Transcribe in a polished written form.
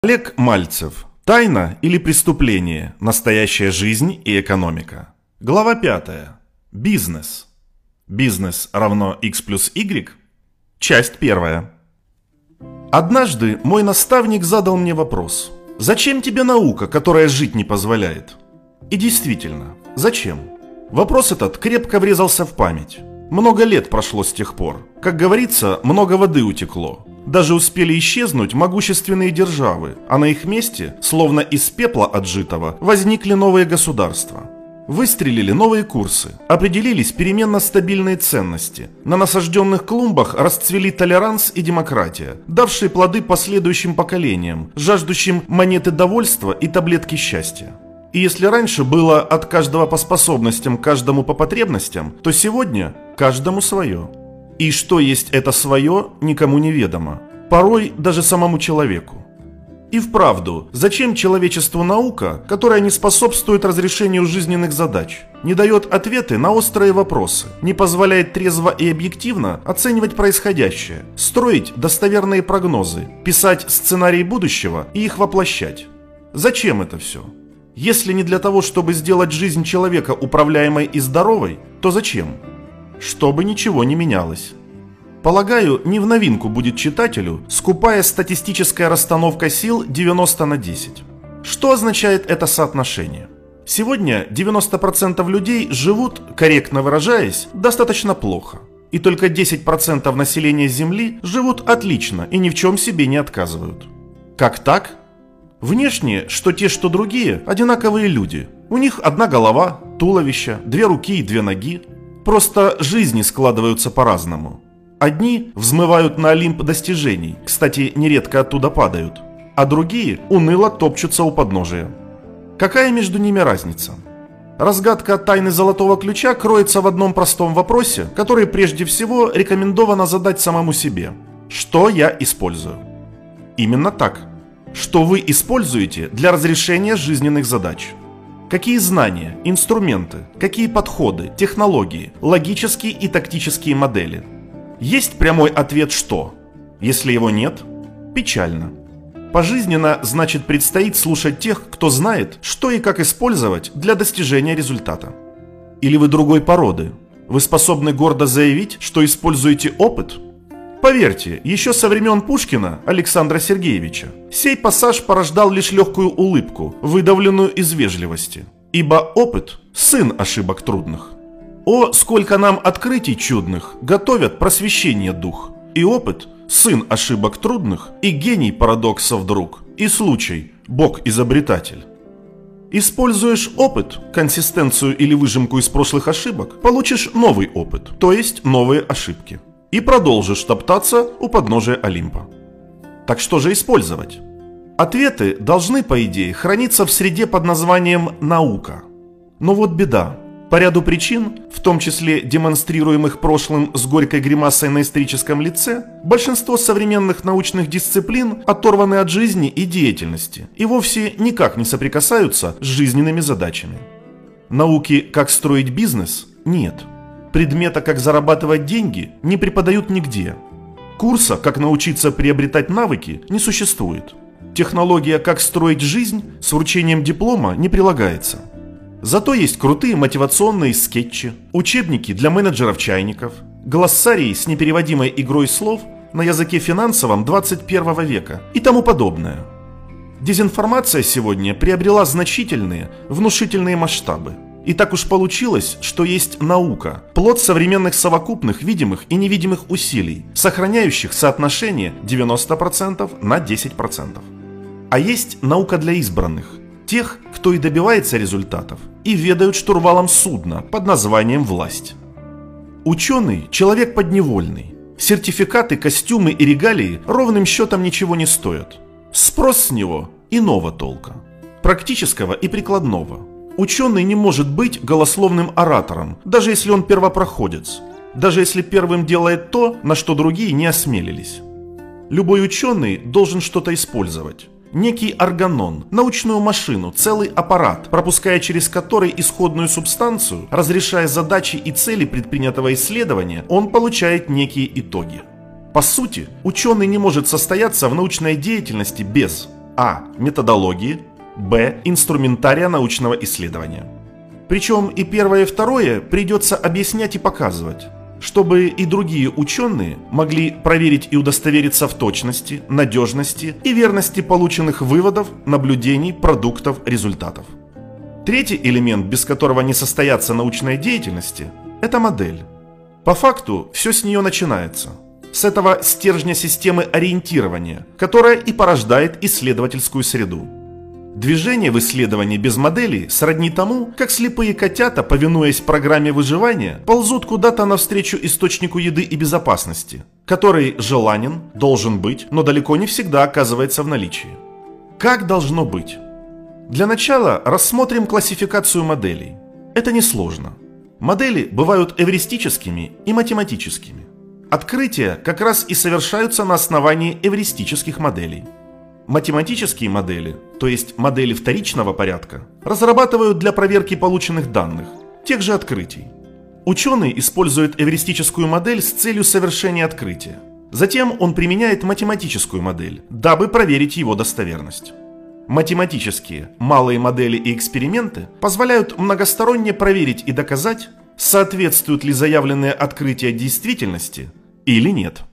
Олег Мальцев. Тайна или преступление? Настоящая жизнь и экономика. Глава 5. Бизнес. Бизнес равно X плюс Y? Часть 1. Однажды мой наставник задал мне вопрос. Зачем тебе наука, которая жить не позволяет? И действительно, зачем? Вопрос этот крепко врезался в память. Много лет прошло с тех пор. Как говорится, много воды утекло. Даже успели исчезнуть могущественные державы, а на их месте, словно из пепла отжитого, возникли новые государства. Выстрелили новые курсы, определились переменно стабильные ценности. На насажденных клумбах расцвели толеранс и демократия, давшие плоды последующим поколениям, жаждущим монеты довольства и таблетки счастья. И если раньше было от каждого по способностям, каждому по потребностям, то сегодня каждому свое. И что есть это свое, никому не ведомо. Порой даже самому человеку. И вправду, зачем человечеству наука, которая не способствует разрешению жизненных задач, не дает ответы на острые вопросы, не позволяет трезво и объективно оценивать происходящее, строить достоверные прогнозы, писать сценарии будущего и их воплощать? Зачем это все? Если не для того, чтобы сделать жизнь человека управляемой и здоровой, то зачем? Чтобы ничего не менялось. Полагаю, не в новинку будет читателю скупая статистическая расстановка сил 90/10. Что означает это соотношение? Сегодня 90% людей живут, корректно выражаясь, достаточно плохо. И только 10% населения Земли живут отлично и ни в чем себе не отказывают. Как так? Внешне, что те, что другие, одинаковые люди. У них одна голова, туловище, 2 руки и 2 ноги. Просто жизни складываются по-разному. Одни взмывают на Олимп достижений, кстати, нередко оттуда падают, а другие уныло топчутся у подножия. Какая между ними разница? Разгадка тайны золотого ключа кроется в одном простом вопросе, который прежде всего рекомендовано задать самому себе. Что я использую? Именно так. Что вы используете для разрешения жизненных задач? Какие знания, инструменты, какие подходы, технологии, логические и тактические модели? Есть прямой ответ «что?». Если его нет, печально. Пожизненно, значит, предстоит слушать тех, кто знает, что и как использовать для достижения результата. Или вы другой породы? Вы способны гордо заявить, что используете опыт? Поверьте, еще со времен Пушкина, Александра Сергеевича, сей пассаж порождал лишь легкую улыбку, выдавленную из вежливости. Ибо опыт – сын ошибок трудных. О, сколько нам открытий чудных готовят просвещение дух. И опыт – сын ошибок трудных, и гений парадоксов друг, и случай – Бог-изобретатель. Используешь опыт, консистенцию или выжимку из прошлых ошибок, получишь новый опыт, то есть новые ошибки. И продолжишь топтаться у подножия Олимпа. Так что же использовать? Ответы должны, по идее, храниться в среде под названием «наука». Но вот беда. По ряду причин, в том числе демонстрируемых прошлым с горькой гримасой на историческом лице, большинство современных научных дисциплин оторваны от жизни и деятельности и вовсе никак не соприкасаются с жизненными задачами. Науки «как строить бизнес» нет. Предмета «как зарабатывать деньги» не преподают нигде. Курса «как научиться приобретать навыки» не существует. Технология «как строить жизнь» с вручением диплома не прилагается. Зато есть крутые мотивационные скетчи, учебники для менеджеров-чайников, глоссарии с непереводимой игрой слов на языке финансовом 21 века и тому подобное. Дезинформация сегодня приобрела значительные, внушительные масштабы. И так уж получилось, что есть наука, плод современных совокупных видимых и невидимых усилий, сохраняющих соотношение 90% на 10%. А есть наука для избранных, тех, кто и добивается результатов, и ведают штурвалом судна под названием «власть». Ученый – человек подневольный. Сертификаты, костюмы и регалии ровным счетом ничего не стоят. Спрос с него иного толка, практического и прикладного. Ученый не может быть голословным оратором, даже если он первопроходец, даже если первым делает то, на что другие не осмелились. Любой ученый должен что-то использовать. Некий органон, научную машину, целый аппарат, пропуская через который исходную субстанцию, разрешая задачи и цели предпринятого исследования, он получает некие итоги. По сути, ученый не может состояться в научной деятельности без А. Методологии. Б. Инструментария научного исследования. Причем и первое, и второе придется объяснять и показывать, чтобы и другие ученые могли проверить и удостовериться в точности, надежности и верности полученных выводов, наблюдений, продуктов, результатов. Третий элемент, без которого не состоятся научной деятельности, это модель. По факту все с нее начинается. С этого стержня системы ориентирования, которая и порождает исследовательскую среду. Движение в исследовании без модели сродни тому, как слепые котята, повинуясь программе выживания, ползут куда-то навстречу источнику еды и безопасности, который желанен, должен быть, но далеко не всегда оказывается в наличии. Как должно быть? Для начала рассмотрим классификацию моделей. Это несложно. Модели бывают эвристическими и математическими. Открытия как раз и совершаются на основании эвристических моделей. Математические модели, то есть модели вторичного порядка, разрабатывают для проверки полученных данных, тех же открытий. Ученый использует эвристическую модель с целью совершения открытия. Затем он применяет математическую модель, дабы проверить его достоверность. Математические, малые модели и эксперименты позволяют многосторонне проверить и доказать, соответствуют ли заявленные открытия действительности или нет.